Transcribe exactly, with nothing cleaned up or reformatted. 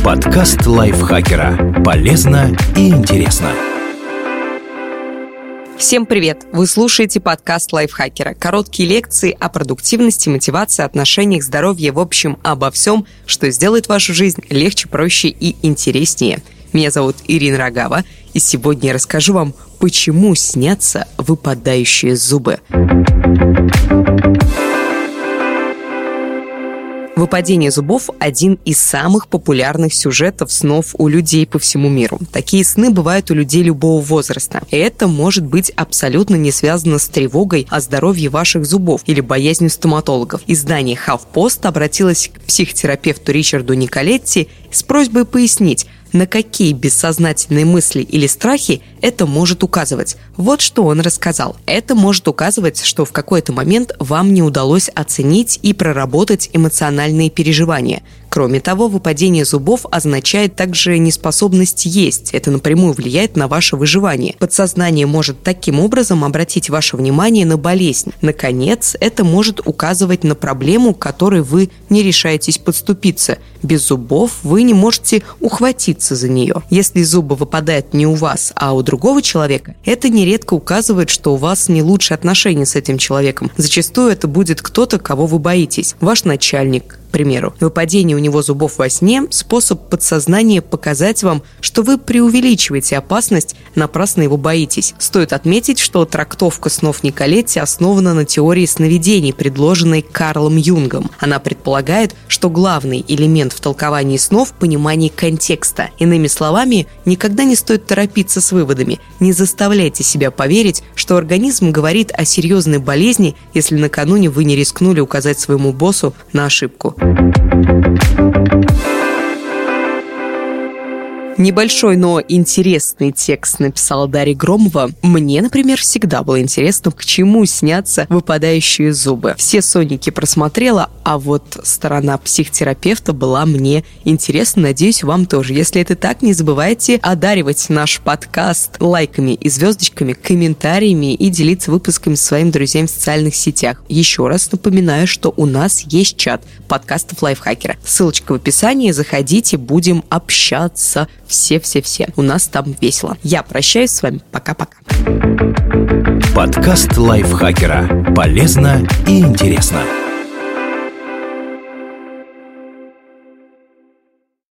Подкаст лайфхакера. Полезно и интересно. Всем привет! Вы слушаете подкаст лайфхакера. Короткие лекции о продуктивности, мотивации, отношениях, здоровье, в общем, обо всем, что сделает вашу жизнь легче, проще и интереснее. Меня зовут Ирина Рогава, и сегодня я расскажу вам, почему снятся выпадающие зубы. Выпадение зубов – один из самых популярных сюжетов снов у людей по всему миру. Такие сны бывают у людей любого возраста. И это может быть абсолютно не связано с тревогой о здоровье ваших зубов или боязнью стоматологов. Издание HuffPost обратилось к психотерапевту Ричарду Николетти с просьбой пояснить, на какие бессознательные мысли или страхи это может указывать. Вот что он рассказал. Это может указывать, что в какой-то момент вам не удалось оценить и проработать эмоциональные переживания. Кроме того, выпадение зубов означает также неспособность есть. Это напрямую влияет на ваше выживание. Подсознание может таким образом обратить ваше внимание на болезнь. Наконец, это может указывать на проблему, к которой вы не решаетесь подступиться. Без зубов вы не можете ухватиться за нее. Если зубы выпадают не у вас, а у другого человека, это нередко указывает, что у вас не лучшие отношения с этим человеком. Зачастую это будет кто-то, кого вы боитесь. Ваш начальник, к примеру. Выпадение у него зубов во сне – способ подсознания показать вам, что вы преувеличиваете опасность, напрасно его боитесь. Стоит отметить, что трактовка снов Николетти основана на теории сновидений, предложенной Карлом Юнгом. Она предполагает, что главный элемент в толковании снов – понимание контекста. Иными словами, никогда не стоит торопиться с выводами. Не заставляйте себя поверить, что организм говорит о серьезной болезни, если накануне вы не рискнули указать своему боссу на ошибку. Небольшой, но интересный текст написала Дарья Громова. Мне, например, всегда было интересно, к чему снятся выпадающие зубы. Все сонники просмотрела, а вот сторона психотерапевта была мне интересна. Надеюсь, вам тоже. Если это так, не забывайте одаривать наш подкаст лайками и звездочками, комментариями и делиться выпусками с своими друзьями в социальных сетях. Еще раз напоминаю, что у нас есть чат подкастов лайфхакера. Ссылочка в описании. Заходите, будем общаться. Все-все-все. У нас там весело. Я прощаюсь с вами. Пока-пока. Подкаст лайфхакера. Полезно и интересно.